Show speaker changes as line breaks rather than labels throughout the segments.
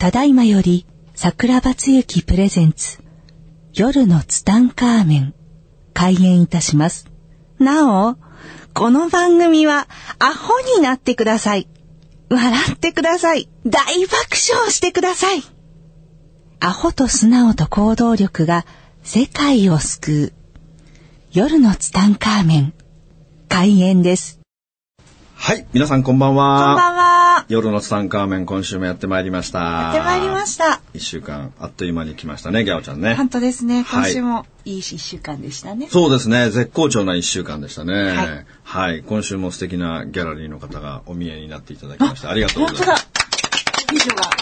ただいまより桜庭つゆきプレゼンツ夜のツタンカーメン開演いたします。なお、この番組はアホになってください。笑ってください。大爆笑してください。アホと素直と行動力が世界を救う夜のツタンカーメン開演です。
はい、皆さんこんばんは。
こんばんは。
夜のツタンカーメン今週もやってまいりました。
やってまいりました。
1週間あっという間に来ましたね、ギャオちゃんね。
本当ですね。今週もいい1週間でしたね。
そうですね、絶好調な1週間でしたね。
はい、
はい、今週も素敵なギャラリーの方がお見えになっていただきましてありがとうございます。
本当だ。美女が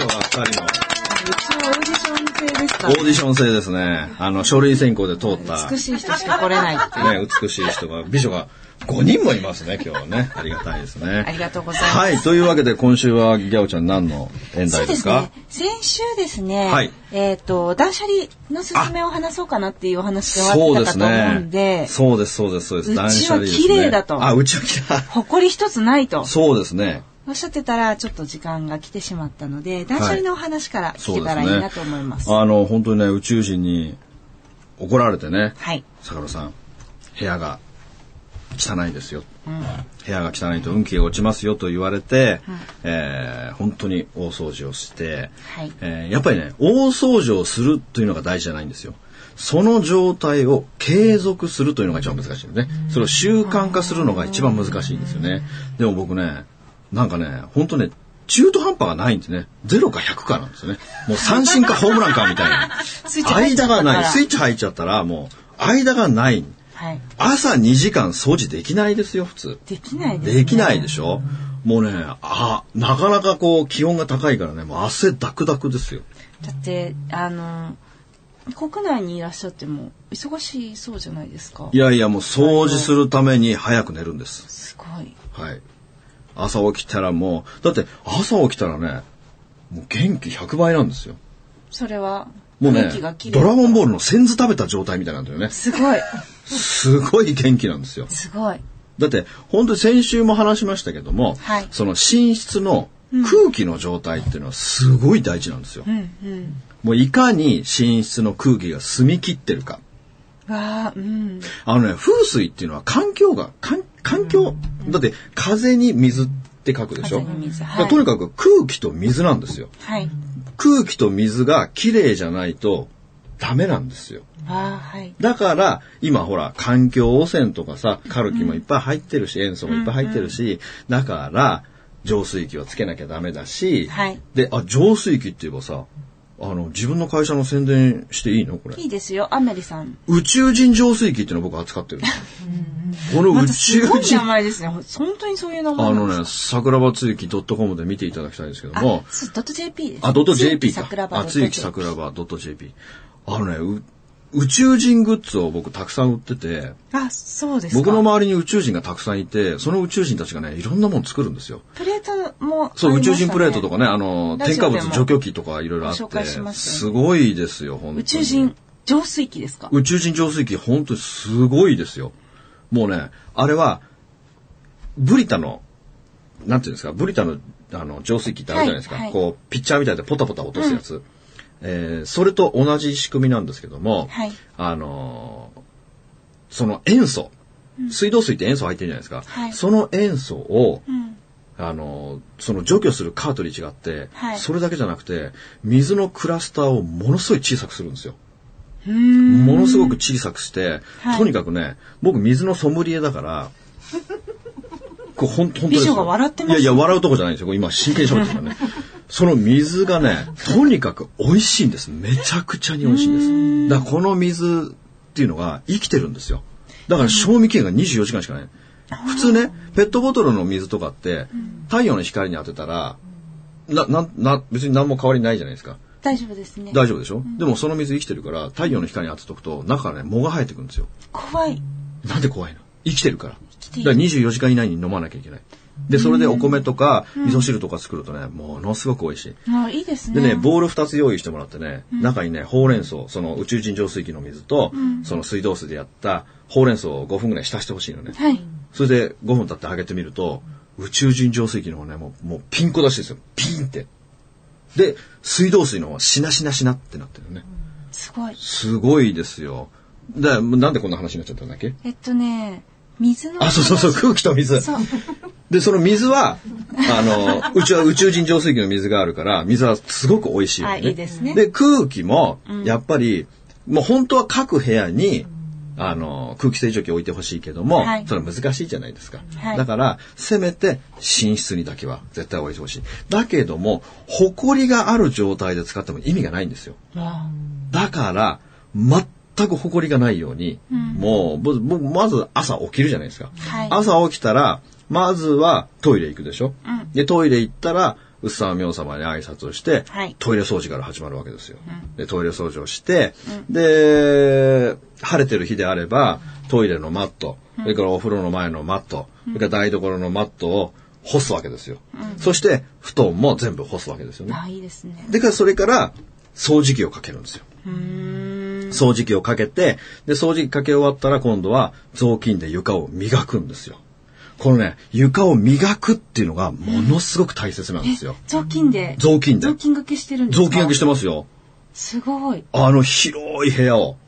2人の。
うちのオーディション制ですか。
オーディション制ですね。書類選考で通った。
美しい人しか来れないっていう。
ね、美しい人が、美女が5人もいますね、今日はね。ありがたいですね。
ありがとうございます。
はい、というわけで今週はギャオちゃん何の演題ですか？
そうですね。先週ですね。
はい。
断捨離のすすめを話そうかなっていうお話で終わってたかと思うんで。
そうです。
断捨離ですね。うちは綺麗だと。
うちは綺麗。
埃一つないと。
そうですね。
おっしゃってたらちょっと時間が来てしまったので、断捨離のお話から聞けたらいいなと思います。
本当にね、宇宙人に怒られてね。
はい。
坂野さん、部屋が汚いですよ、部屋が汚いと運気が落ちますよと言われて、本当に大掃除をして、
はい、
やっぱりね、大掃除をするというのが大事じゃないんですよ。その状態を継続するというのが一番難しいよね。それを習慣化するのが一番難しいんですよね。でも僕ね、なんかね、本当ね、中途半端がないんですね。0か100かなんですよね。もう三振かホームランかみたいな。間がない。スイッチ入っちゃったらもう間がない。
はい、
朝2時間掃除できないですよ、普通。
できないですね。
できないでしょ。もうね、なかなかこう気温が高いからね、もう汗ダクダクですよ。
だって国内にいらっしゃっても忙しそうじゃないですか。
いやいや、もう掃除するために早く寝るんです。
すごい。
はい。朝起きたらもう、だって朝起きたらね、もう元気100倍なんですよ。
それは
もうね、ドラゴンボールのセンズ食べた状態みたいなんだよね。
すごい。
すごい元気なんですよ。
すごい。
だって本当に先週も話しましたけども、
はい、
その寝室の空気の状態っていうのはすごい大事なんですよ。もういかに寝室の空気が澄み切ってるか。風水っていうのは環境だって風に水って書くでしょ。はい、とにかく空気と水なんですよ。
はい、
空気と水がきれいじゃないとダメなんですよ。
はい、
だから今ほら環境汚染とかさ、カルキもいっぱい入ってるし、塩素もいっぱい入ってるし、だから浄水器をつけなきゃダメだし、
はい、
で浄水器って言えばさ、自分の会社の宣伝していいのこれ？
いいですよ、アメリさん。
宇宙人浄水器っていうのを僕扱ってるんですよ。この宇宙人、
すごい名前ですね。本当にそういう名前なんですか？
桜庭つゆき .com で見ていただきたいんですけども。
.jp ですね。
.jp か。つゆき桜庭 .jp。宇宙人グッズを僕たくさん売ってて。
そうですか。
僕の周りに宇宙人がたくさんいて、その宇宙人たちがね、いろんなもの作るんですよ。
プレートも、
そう、宇宙人プレートとかね、添加物除去機とかいろいろあって、すごいですよ、本当に。
宇宙人浄水器ですか？
宇宙人浄水器、本当にすごいですよ。もうね、あれは、ブリタの、なんていうんですか、ブリタの、浄水器ってあるじゃないですか。はいはい、こう、ピッチャーみたいでポタポタ落とすやつ。それと同じ仕組みなんですけども、
はい、
その塩素、水道水って塩素入ってるじゃないですか。
はい、
その塩素を、その除去するカートリッジがあって、
はい、
それだけじゃなくて、水のクラスターをものすごい小さくするんですよ。ものすごく小さくして、
はい、
とにかくね、僕水のソムリエだから、本当ですよ。
美女が笑ってます。
いや、笑うとこじゃないんですよ。今真剣に喋ってるからね。その水がね、とにかく美味しいんです。めちゃくちゃに美味しいんです。だからこの水っていうのが生きてるんですよ。だから賞味期限が24時間しかない。普通ね、ペットボトルの水とかって、太陽の光に当てたら、別に何も変わりないじゃないですか。
大丈夫ですね。
大丈夫でしょ、でもその水生きてるから、太陽の光に当てとくと、中からね、藻が生えてくるんですよ。
怖い。
なんで怖いの？生きてるから。だから24時間以内に飲まなきゃいけない。で、それでお米とか味噌汁とか作るとね、ものすごく美味しい。
いいですね。
でね、ボール2つ用意してもらってね、中にね、ほうれん草、その宇宙人浄水器の水と、その水道水でやったほうれん草を5分ぐらい浸してほしいのね。
はい。
それで5分経って揚げてみると、宇宙人浄水器の方ね、もうピンク出しですよ。ピンって。 で、水道水の方はしなしなしなってなってるね。
すごい。
すごいですよ。なんでこんな話になっちゃったんだっけ？
水の。
そう、空気と水。
そう。
で、その水は、うちは宇宙人浄水器の水があるから、水はすごく美味しいよね。
いいですね。
で、空気も、やっぱり、もう本当は各部屋に、空気清浄機置いてほしいけども、はい、それは難しいじゃないですか。はい、だから、せめて寝室にだけは絶対置いてほしい。だけども、埃がある状態で使っても意味がないんですよ。だから、全く埃がないように、もう、僕、まず朝起きるじゃないですか。はい、朝起きたら、まずはトイレ行くでしょ。で、トイレ行ったら、うっさま明様に挨拶をして、はい、トイレ掃除から始まるわけですよ。で、トイレ掃除をして、で、晴れてる日であれば、トイレのマット、それからお風呂の前のマット、それから台所のマットを干すわけですよ。そして、布団も全部干すわけですよね。
いいですね。
で、それから、掃除機をかけるんですよ。掃除機をかけて、で、掃除機かけ終わったら今度は雑巾で床を磨くんですよ。このね、床を磨くっていうのがものすごく大切なんですよ。
雑巾で
雑巾
がけしてるんですか？
雑巾がけしてますよ。
すごい。
広い部屋を。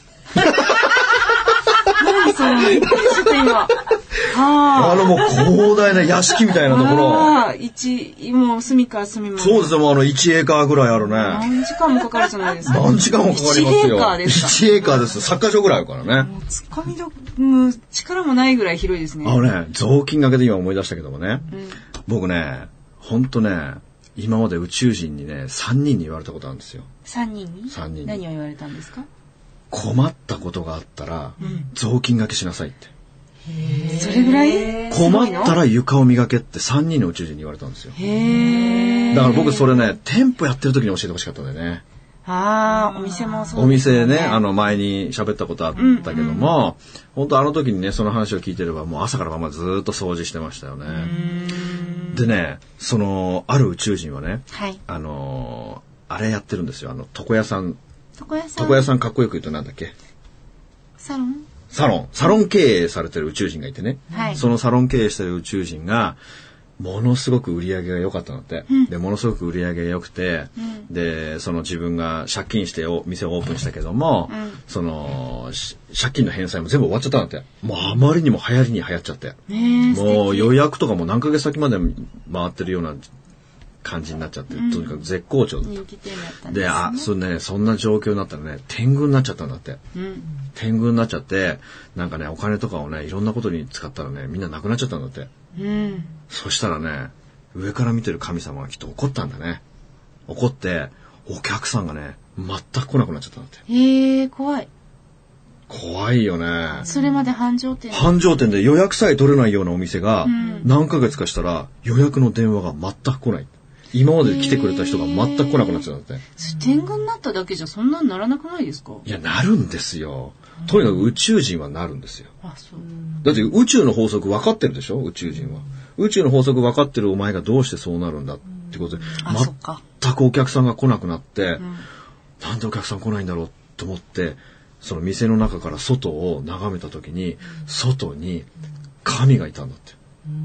何それ？ちょっと今。
もう広大な屋敷みたいなところ。
もう隅から隅まで。
そうですよ、1エーカーぐらいあるね。
何時間もかかるじゃないですか。
何時間もかかりますよ。
1エーカーですか
？1エーカーです。サッカー場ぐらいあるからね。
もう突っ込み力もないぐらい広いですね。
雑巾がけで今思い出したけどもね。僕ね、ほんとね、今まで宇宙人にね、3人に言われたことあるんですよ。
3人に？
3人に。
何を言われたんですか？
困ったことがあったら、雑巾がけしなさいって。
それぐらい
困ったら床を磨けって3人の宇宙人に言われたんですよ。だから僕それね、店舗やってる時に教えてほしかったんだよね。
お店もそうですね。
お店ね、前に喋ったことあったけども、本当あの時にね、その話を聞いてればもう朝から晩までずっと掃除してましたよね。でね、ある宇宙人はね、はい、あれやってるんですよ。床屋さんかっこよく言うとなんだっけ？
サロ
ン経営されてる宇宙人がいてね、はい、そのサロン経営してる宇宙人がものすごく売り上げが良かったんだって、でものすごく売り上げが良くて、で自分が借金して店をオープンしたけども、借金の返済も全部終わっちゃったんだって。もうあまりにも流行りに流行っちゃって、もう予約とかも何ヶ月先まで回ってるような感じになっちゃって、とにかく絶好調だった。で、そんな状況になったらね、天狗になっちゃったんだって。天狗になっちゃって、なんかね、お金とかをね、いろんなことに使ったらね、みんななくなっちゃったんだって。そしたらね、上から見てる神様がきっと怒ったんだね。怒って、お客さんがね、全く来なくなっちゃったんだって。
怖い。
怖いよね。
それまで繁盛店
で予約さえ取れないようなお店が、何ヶ月かしたら予約の電話が全く来ない。今まで来てくれた人が全く来なくなっちゃったんだって。
天狗になっただけじゃそんなにならなくないですか？
いや、なるんですよ。とにかく宇宙人はなるんですよ。だって宇宙の法則分かってるでしょ？宇宙人は。宇宙の法則分かってるお前がどうしてそうなるんだってことで、全くお客さんが来なくなって、なんでお客さん来ないんだろうと思って、その店の中から外を眺めた時に、外に神がいたんだって。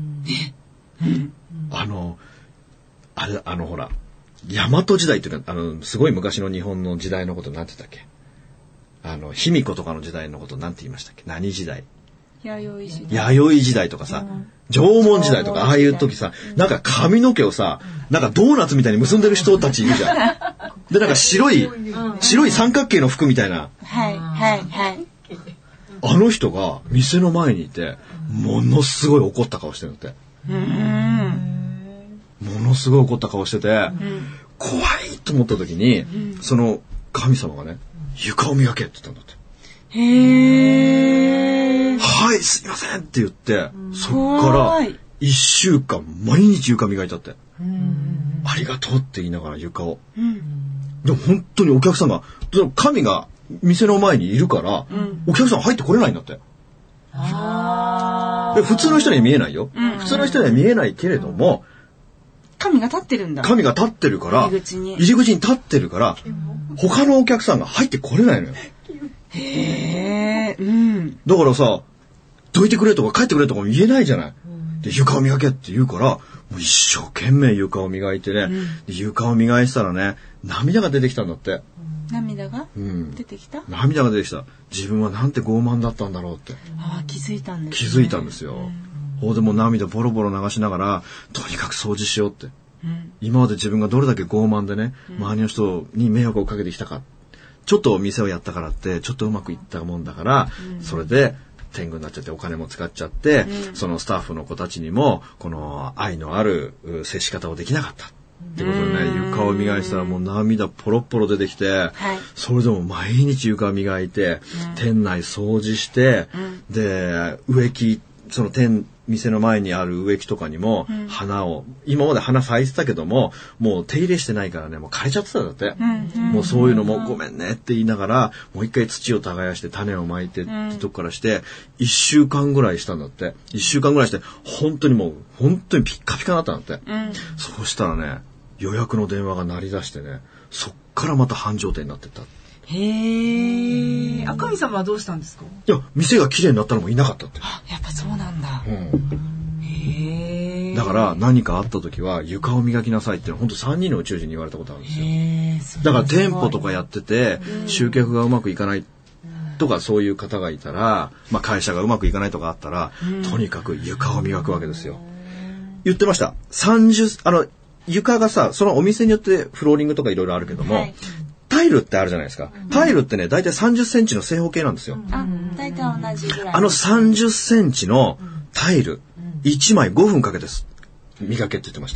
ほら、大和時代っていうか、すごい昔の日本の時代のことなんて言ったっけ？卑弥呼とかの時代のことなんて言いましたっけ？何時代？
弥
生時代とかさ、縄文時代とか、ああいう時さ、なんか髪の毛をさ、なんかドーナツみたいに結んでる人たちいるじゃん。で、なんか白い三角形の服みたいな。あの人が店の前にいて、ものすごい怒った顔してるんだって。ものすごい怒った顔してて、怖いと思った時に、その神様がね、床を磨けって言ったんだって。はい、すいませんって言って、そっから1週間毎日床磨いたって。ありがとうって言いながら床を。でも本当にお客さんが、神が店の前にいるから、お客さん入ってこれないんだって。で普通の人には見えないよ。普通の人には見えないけれども、
神が立ってるんだ。
神が立ってるから、入り口に立ってるから、他のお客さんが入ってこれないのよ。だからさ、どいてくれとか帰ってくれとかも言えないじゃない。で、床を磨けって言うから、 もう一生懸命床を磨いてね、床を磨いてたらね、涙が出てきたんだって。
涙が出てきた？
涙が出てきた。自分はなんて傲慢だったんだろうって。
気づいたんですね。
気づいたんですよ。ほうでも涙ボロボロ流しながら、とにかく掃除しようって。今まで自分がどれだけ傲慢でね、周りの人に迷惑をかけてきたか。ちょっと店をやったからって、ちょっとうまくいったもんだから、それで天狗になっちゃってお金も使っちゃって、そのスタッフの子たちにも、この愛のある接し方をできなかった。ってことでね、床を磨いてたらもう涙ポロポロ出てきて、それでも毎日床を磨いて、店内掃除して、で、植木、その店の前にある植木とかにも花を、今まで花咲いてたけども、もう手入れしてないからね、もう枯れちゃってたんだって。もうそういうのもごめんねって言いながら、もう一回土を耕して種をまいてってとこからして、1週間ぐらいしたんだって。1週間ぐらいして、本当にピッカピカになったんだって。そうしたらね、予約の電話が鳴り出してね、そっからまた繁盛店になってった。
へえ。赤見様はどうしたんですか？
いや、店が綺麗になったのもいなかったって。
やっぱそうなんだ。
へえ。
だから何かあった時は床を磨きなさいって本当3人の宇宙人に言われたことあるんですよ。だから店舗とかやってて集客がうまくいかないとかそういう方がいたら、まあ会社がうまくいかないとかあったら、とにかく床を磨くわけですよ。言ってました。床がさ、そのお店によってフローリングとかいろいろあるけども、タイルってあるじゃないですか。タイルってね、だいたい30センチの正方形なんですよ。
だいたい同じぐらい。
30センチのタイル、1枚5分かけて磨けって言ってました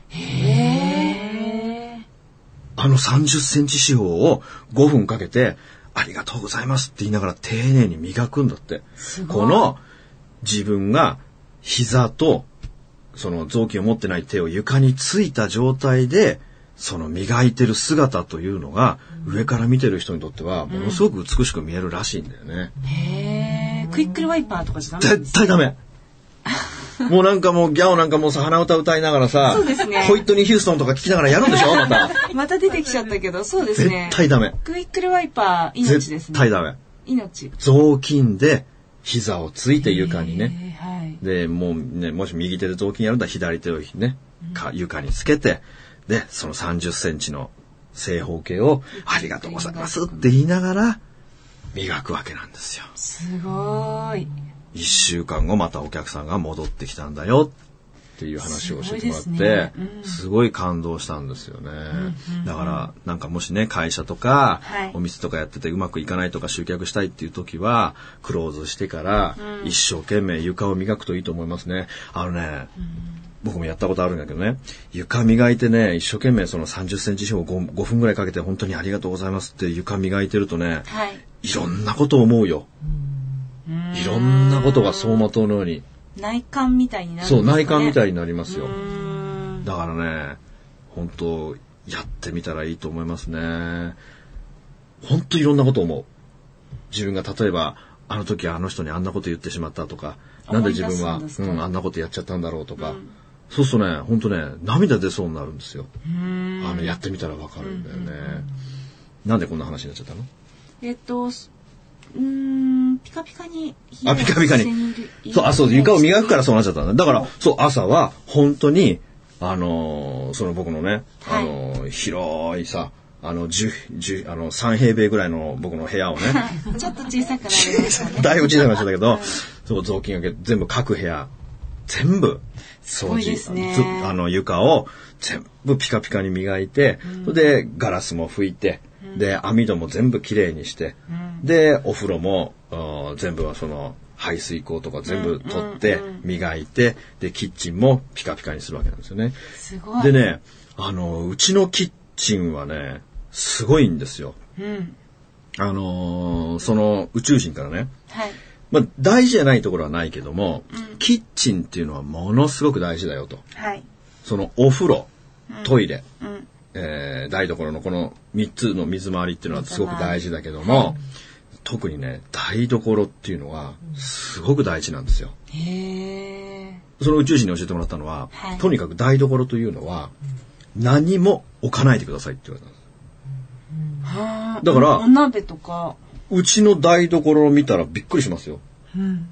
。30センチ四方を5分かけて、ありがとうございますって言いながら丁寧に磨くんだって。この自分が膝とその臓器を持ってない手を床についた状態で、その磨いてる姿というのが、上から見てる人にとってはものすごく美しく見えるらしいんだよね。
クイックルワイパーとかじゃダメなんですか？
絶対ダメ。もうなんかもうギャオなんかもうさ、鼻歌歌いながらさ、
そうですね、
ホイットニー・ヒューストンとか聞きながらやるんでしょまた。
また出てきちゃったけど、そうですね。
絶対ダメ。
クイックルワイパー命ですね。
絶対ダメ。
命。
雑巾で膝をついて床にね。で、もうね、もし右手で雑巾やるんだら左手をね、床につけて、で、その30センチの正方形をありがとうございますって言いながら磨くわけなんですよ。
すごい。
1週間後またお客さんが戻ってきたんだよっていう話を教えてもらって、すごい感動したんですよね。だからなんかもしね、会社とかお店とかやっててうまくいかないとか集客したいっていう時はクローズしてから一生懸命床を磨くといいと思いますね。僕もやったことあるんだけどね、床磨いてね、一生懸命その30センチ四方 5分ぐらいかけて本当にありがとうございますって床磨いてるとね、いろんなことを思うよ。いろんなことが走馬灯のように。
内観みたいになるんですかね。
そう、内観みたいになりますよ。だからね、本当やってみたらいいと思いますね。本当いろんなことを思う。自分が例えば、あの時あの人にあんなこと言ってしまったとか、なんで自分は、あんなことやっちゃったんだろうとか、そうするとね、本当ね、涙出そうになるんですよ。やってみたらわかるんだよね。なんでこんな話になっちゃったの？
ピカピカに。
ピカピカに。そう、床を磨くからそうなっちゃったんだ。だから、そう、朝は、本当に、その僕のね、広いさ、3平米ぐらいの僕の部屋をね。
ちょっと小さくなりましたね。
だいぶ小さくなっちゃったけど、そう、雑巾がけ、全部各部屋、全部、掃除、床を全部ピカピカに磨いて、それでガラスも拭いて、で、網戸も全部きれいにして、で、お風呂も全部はその排水口とか全部取って磨いて、で、キッチンもピカピカにするわけなんですよね。
すごい。
でね、うちのキッチンはね、すごいんですよ。その宇宙人からね、まあ大事じゃないところはないけども、キッチンっていうのはものすごく大事だよと。そのお風呂、トイレ、台所のこの3つの水回りっていうのはすごく大事だけども、特にね、台所っていうのはすごく大事なんですよ。その宇宙人に教えてもらったのは、とにかく台所というのは何も置かないでくださいって言われたんです。だから、
お鍋とか。
うちの台所を見たらびっくりしますよ。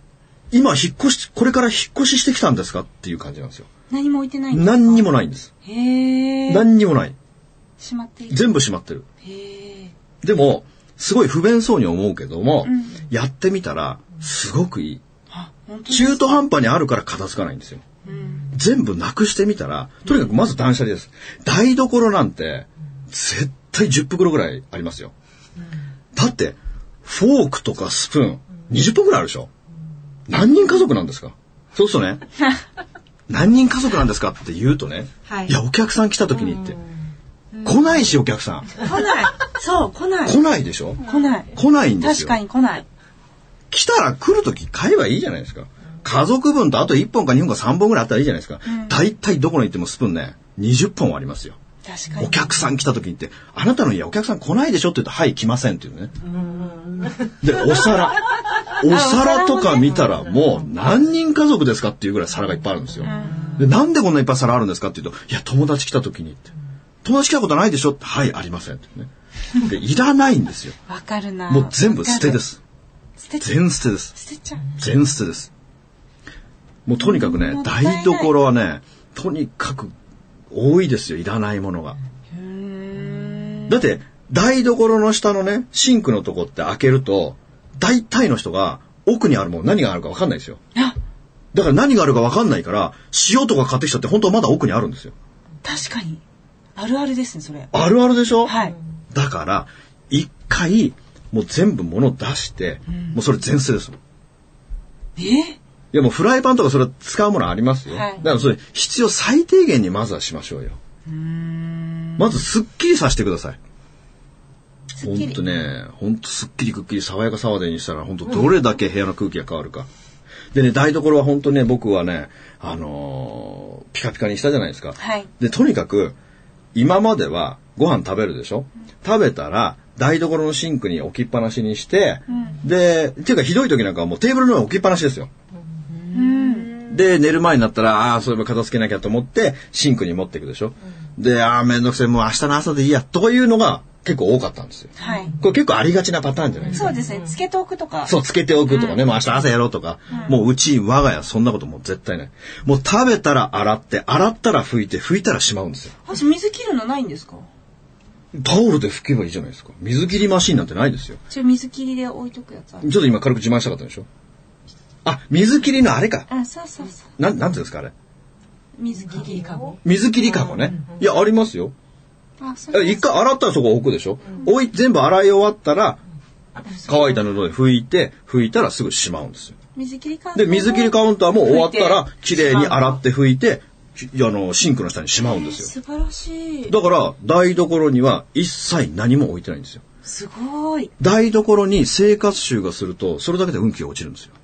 今これから引っ越ししてきたんですかっていう感じなんですよ。
何も置いてないんですか？
何にもないんです。
へー。
何にもない。
閉まっている。
全部閉まってる。
へー。
でも、すごい不便そうに思うけども、やってみたら、すごくいい。中途半端にあるから片付かないんですよ。全部なくしてみたら、とにかくまず断捨離です。台所なんて、絶対10袋ぐらいありますよ。だって、フォークとかスプーン、20本ぐらいあるでしょ。何人家族なんですか？そうするとね、何人家族なんですかって言うとね、いや、お客さん来た時にって、来ないし、お客さん。
来ない。そう、来ない。
来ないでしょ？
来ない。
来ないんですよ。
確かに来ない。
来たら来る時買えばいいじゃないですか。家族分とあと1本か2本か3本ぐらいあったらいいじゃないですか。大体どこに行ってもスプーンね、20本はありますよ。
確かに。
お客さん来た時にって、あなたの家お客さん来ないでしょって言うと、はい、来ませんっていうね。で、お皿とか見たらもう何人家族ですかっていうぐらい皿がいっぱいあるんですよ。で、なんでこんないっぱい皿あるんですかって言うと、いや、友達来た時にって。友達来たことないでしょって、はい、ありませんってね。で、いらないんですよ。
わかるな。
もう全部捨てです。全捨てです。
捨てちゃう。全
捨てです。もうとにかくね、台所はね、とにかく多いですよ、いらないものが。だって、台所の下のね、シンクのとこって開けると、大体の人が奥にあるもの何があるか分かんないですよ。だから何があるか分かんないから、塩とか買ってきたって本当はまだ奥にあるんですよ。
確かに。あるあるですね、それ。
あるあるでしょ？
はい。
だから、一回、もう全部物出して、もうそれ全捨てですもん。いやもうフライパンとかそれ使うものありますよ。だからそれ必要最低限にまずはしましょうよ。まずすっきりさせてください。ほんとね、ほんとすっきりくっきり爽やかさわでにしたらほんとどれだけ部屋の空気が変わるか。でね、台所はほんとね、僕はね、ピカピカにしたじゃないですか。
はい。
で、とにかく、今まではご飯食べるでしょ？食べたら、台所のシンクに置きっぱなしにして、で、っていうかひどい時なんかはもうテーブルの上に置きっぱなしですよ。で、寝る前になったら、そういえば片付けなきゃと思って、シンクに持っていくでしょ。で、めんどくせえ、もう明日の朝でいいや、というのが結構多かったんですよ。
はい。
これ結構ありがちなパターンじゃないですか。
そうですね、つけておくとか。
そう、つけておくとかね、もう明日朝やろうとか、もう我が家そんなこともう絶対ない。もう食べたら洗って、洗ったら拭いて、拭いたらしまうんですよ。
水切るのないんですか？
タオルで拭けばいいじゃないですか。水切りマシンなんてないですよ。
水切りで置いとくやつある。
ちょっと今軽く自慢したかったでしょ。水切りのあれか。
そうそうそう。
なんていうんですかあれ。
水切りかご。
水切りかごね。いや、ありますよ。一回洗ったらそこ置くでしょ。全部洗い終わったら、乾いた布で拭いたらすぐしまうんですよ。
水切りカウンター。
で、水切りカウンターも終わったら、きれいに洗って拭いて、シンクの下にしまうんですよ。
素晴らしい。
だから、台所には一切何も置いてないんですよ。
すごい。
台所に生活臭がすると、それだけで運気が落ちるんですよ。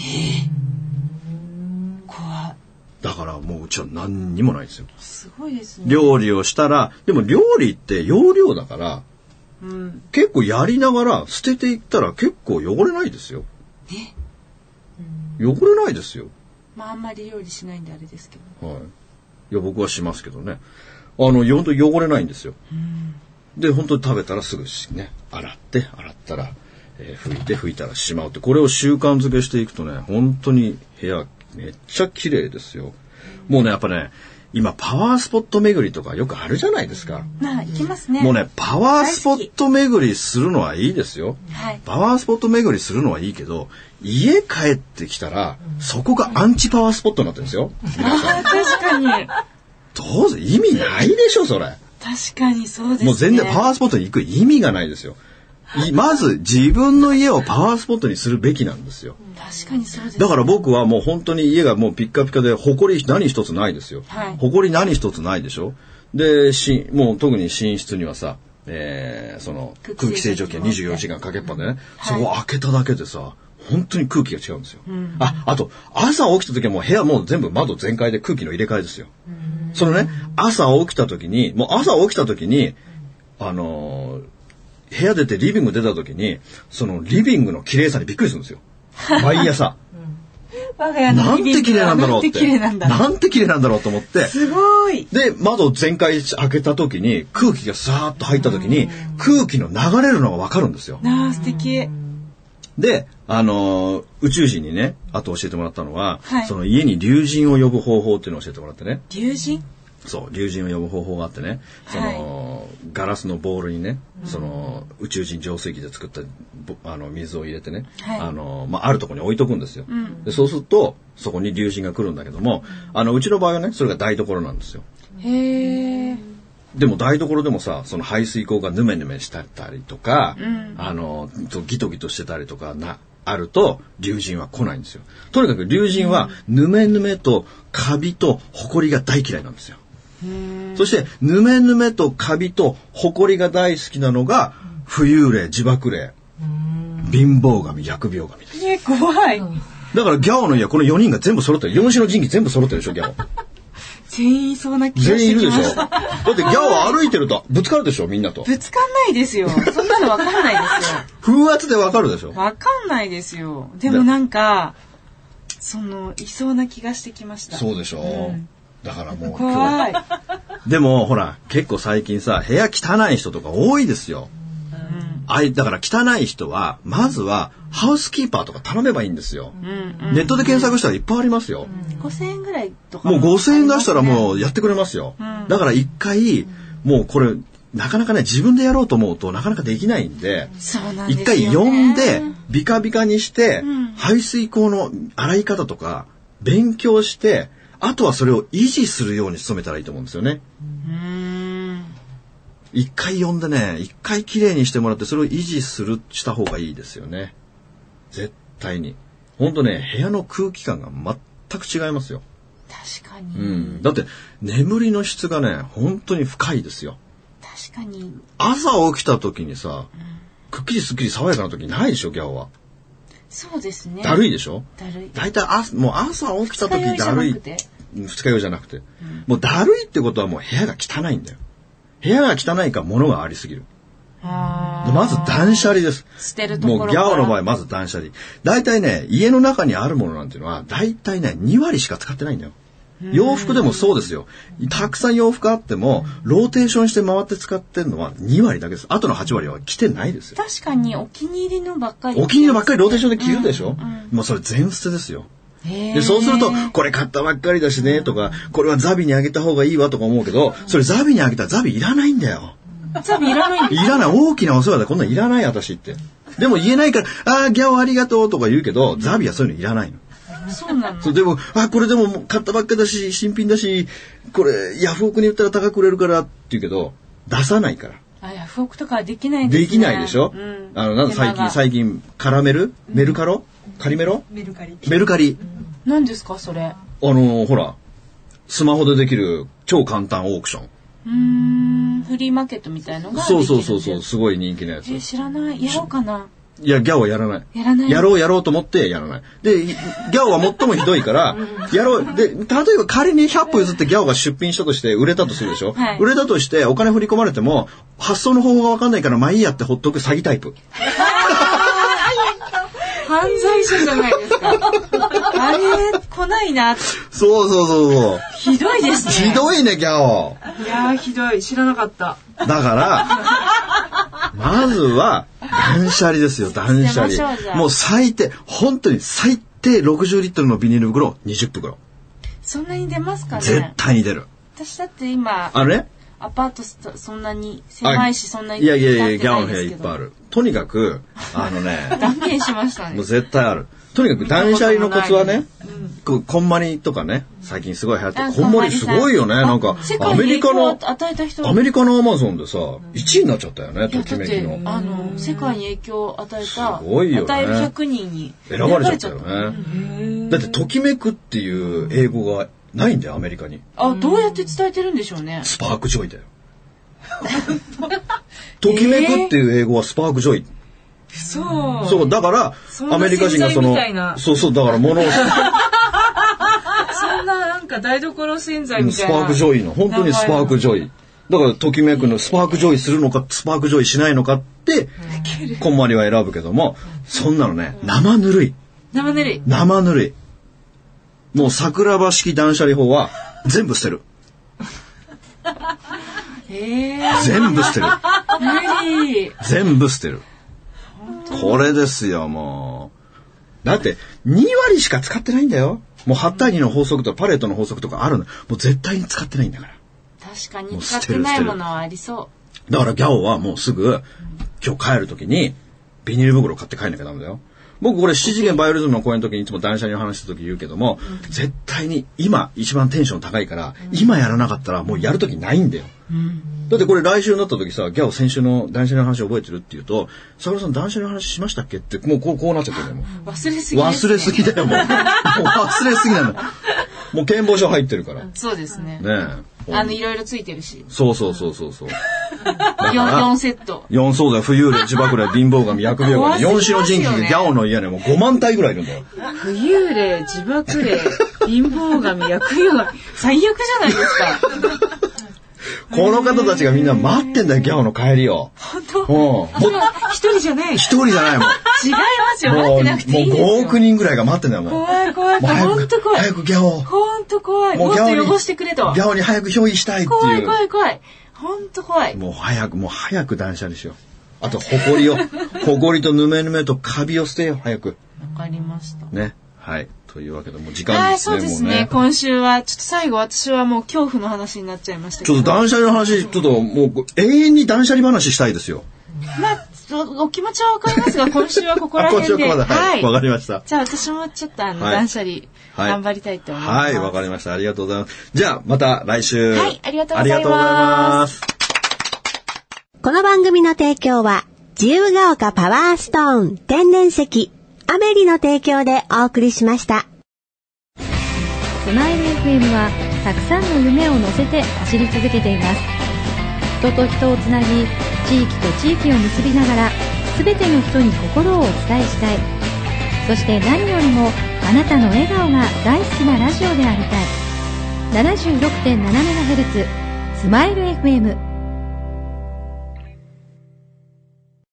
怖い。
だからもううちは何にもないですよ。
すごいですね。
料理をしたら、でも料理って容量だから、結構やりながら捨てていったら結構汚れないですよ。汚れないですよ。
あんまり料理しないんであれですけど。
はい。いや、僕はしますけどね。本当に汚れないんですよ。で、本当に食べたらすぐね、洗ったら、拭いたらしまうって、これを習慣づけしていくとね、本当に部屋めっちゃ綺麗ですよ。もうね、やっぱね、今パワースポット巡りとかよくあるじゃないですか。
行きますね。
もうね、パワースポット巡りするのはいいですよ。
はい。
パワースポット巡りするのはいいけど、家帰ってきたら、そこがアンチパワースポットになってるんですよ。
確かに。
どうぞ意味ないでしょ、それ。
確かにそうですね。
もう全然パワースポットに行く意味がないですよ。まず自分の家をパワースポットにするべきなんですよ。
確かにそうです、ね。
だから僕はもう本当に家がもうピッカピカで埃何一つないですよ。
はい。
埃何一つないでしょ。で、もう特に寝室にはさ、その空気清浄機が24時間かけっぱでね、そこを開けただけでさ、本当に空気が違うんですよ。あと朝起きた時はもう部屋もう全部窓全開で空気の入れ替えですよ。そのね、朝起きた時に部屋出てリビング出た時に、そのリビングの綺麗さにびっくりするんですよ。毎朝。なんて綺麗なんだろうって。なんて綺麗なんだろうと思って。
すごい。
で、窓全開開けた時に、空気がさーっと入った時に、空気の流れるのがわかるんですよ。
素敵。
で、宇宙人にね、あと教えてもらったのは、
はい、
その家に竜神を呼ぶ方法っていうのを教えてもらってね。
竜神？
そう、竜神を呼ぶ方法があってね、ガラスのボールにね、宇宙人浄水器で作った水を入れてね、はい、あるところに置いとくんですよ。でそうすると、そこに竜神が来るんだけども、うちの場合はね、それが台所なんですよ。
へー。
でも台所でもさ、その排水口がヌメヌメしてたりとか、ギトギトしてたりとかあると、竜神は来ないんですよ。とにかく竜神は、ヌメヌメとカビとホコリが大嫌いなんですよ。そして、ヌメヌメとカビとホコリが大好きなのが、浮遊霊、自爆霊、貧乏神、疫病神です。
怖い。
だからギャオの家はこの4人が全部揃ってる。4種の神器全部揃ってるでしょ、ギャオ。
全員いそうな気がしてきました。
だってギャオは歩いてるとぶつかるでしょ、みんなと。
ぶつかんないですよ。そんなのわかんないですよ。
風圧でわかるでしょ。
わかんないですよ。でもなんか、いそうな気がしてきました。
そうでしょ。だからもう
怖い。
でもほら、結構最近さ、部屋汚い人とか多いですよ。だから汚い人は、まずはハウスキーパーとか頼めばいいんですよ。ネットで検索したらいっぱいありますよ。
5000円ぐらいとか
もう5000円出したらもうやってくれますよ。だから一回、もうこれ、なかなかね、自分でやろうと思うとなかなかできないんで、一回呼んで、ビカビカにして、排水口の洗い方とか、勉強して、あとはそれを維持するように努めたらいいと思うんですよね。一回呼んでね、一回きれいにしてもらって、それを維持した方がいいですよね。絶対に。ほんとね、部屋の空気感が全く違いますよ。
確かに。
だって、眠りの質がね、本当に深いですよ。
確かに。
朝起きた時にさ、くっきりすっきり爽やかな時ないでしょ、ギャオは。
そうですね。
だるいでしょ。
だるい。
だいたいもう朝起きた時だるい。二日酔いじゃなくて。もうだるいってことはもう部屋が汚いんだよ。部屋が汚いか物がありすぎる。まず断捨離です。
捨てるところから。
もうギャオの場合まず断捨離。大体ね、家の中にあるものなんていうのは大体ね、2割しか使ってないんだよ。洋服でもそうですよ。たくさん洋服あっても、ローテーションして回って使ってるのは2割だけです。あとの8割は着てないですよ。
確かにお気に入りのばっかり。
お気に入りのばっかりローテーションで着るでしょ。もうそれ全捨てですよ。で、そうすると、これ買ったばっかりだしね、とか、これはザビにあげた方がいいわとか思うけど、それザビにあげたらザビいらないんだよ。
ザビいらないんだよ。
いらない。大きなお世話でこんなんいらない私って。でも言えないから、ギャオありがとうとか言うけど、ザビはそういうのいらないの。
そうなの。
そう、でも、これでも買ったばっかだし、新品だし、これ、ヤフオクに売ったら高く売れるからって言うけど、出さないから。
ヤフオクとかはできないんですね。
できないでしょ。なんだ最近、カラメルメルカロカリメロ
メルカリ。
メルカリ。
何ですか、それ。
ほら、スマホでできる超簡単オークション。
フリーマーケットみたいのが
そう、すごい人気のやつ。
知らない。やろうかな。
いや、ギャオはやらない。やろうと思ってやらない。で、ギャオは最もひどいから、やろう。で、例えば仮に100歩譲ってギャオが出品したとして売れたとするでしょ、はい、売れたとしてお金振り込まれても、発送の方法がわかんないからまあいいやってほっとく詐欺タイプ。
犯罪者じゃないですか。あれ、来ないな。
そう。
ひどいですね。
ひどいね、ギャオ。
いやー、ひどい。知らなかった。
だから、まずは、断捨離ですよ、断捨離。もう本当に最低60リットルのビニール袋20袋。
そんなに出ますかね。
絶対に出る。
私だって今、アパートそんなに狭いし、そんなに。
いや、ギャオの部屋いっぱいある。とにかく、
断言しましたね。
もう絶対ある。とにかく断捨離のコツはね、こんまりとかね、最近すごい流行ってる。こんまりすごいよね。なんか、アメリカのアマゾンでさ、1位になっちゃったよね、ときめきの。
世界に影響を与えた、
すごいよね。
与える100人に
選ばれちゃったよね。だって、ときめくっていう英語がないんだよ、アメリカに。
どうやって伝えてるんでしょうね。
スパークジョイだよ。ときめくっていう英語はスパークジョイ。そう、だから、アメリカ人がだから物を。
そんななんか台所洗剤みたいな。
スパークジョイの、本当にスパークジョイ。だから、ときめくのスパークジョイするのか、スパークジョイしないのかって、こんまりは選ぶけども、そんなのね、生ぬるい。もう桜庭式断捨離法は、全部捨てる。全部捨てる。
無理。
全部捨てる。
本
これですよ、もう。だって、2割しか使ってないんだよ。もう8対2の法則とかパレットの法則とかあるの。もう絶対に使ってないんだから。
確かに使ってないものはありそう。
だからギャオはもうすぐ、今日帰るときに、ビニール袋買って帰んなきゃダメだよ。僕これ7次元バイオリズムの講演の時にいつも断捨離の話した時言うけども、絶対に今一番テンション高いから、今やらなかったらもうやる時ないんだよ。だってこれ来週になった時さ、ギャオ先週の断捨離の話覚えてるって言うと、桜さん断捨離の話しましたっけってもうこうなっちゃってるよ。
忘れすぎですね。
忘れすぎだよもう。もう忘れすぎなの。もう健忘症入ってるから。
そうですね。
ねえ。
いろいろついてるし。
そう。
4セット。
4そうだよ。浮遊霊、自爆霊、貧乏神、疫病神、4種の神器がギャオの家にもう5万体ぐらいいるんだよ。
浮遊霊、自爆霊、貧乏神、疫病神。最悪じゃないですか。
この方たちがみんな待ってんだよ、ギャオの帰りを。
本当？一人じゃない。
一人じゃないもん。
違いますよ。待ってなくていいですよ。
もう5億人ぐらいが待ってんだよ、もう。
怖い。本当怖い。
早くギャオ。
本当怖い。もっと汚してくれと。
ギャオに早く憑依したいっていう。
怖い。本当怖い。
もう早く断捨離しよう。あと、埃とヌメヌメとカビを捨てよう、早く。
わかりました。
ね。はい。というわけで、もう時間ですね。
そうですね。今週は、ちょっと最後、私はもう恐怖の話になっちゃいましたけど。
ちょっと断捨離の話、ちょっともう永遠に断捨離話したいですよ。
まあ、お気持ちはわかりますが、今週はここら辺で。
はい。わかりました。
じゃあ私もちょっと断捨離、頑張りたいと思います。
はい、わかりました。ありがとうございます。じゃあ、また来週。
はい、ありがとうございます。
この番組の提供は、自由が丘パワーストーン天然石、アメリの提供でお送りしました。
スマイル FM はたくさんの夢を乗せて走り続けています。人と人をつなぎ、地域と地域を結びながら、すべての人に心をお伝えしたい。そして何よりもあなたの笑顔が大好きなラジオでありたい。76.7MHz スマイル FM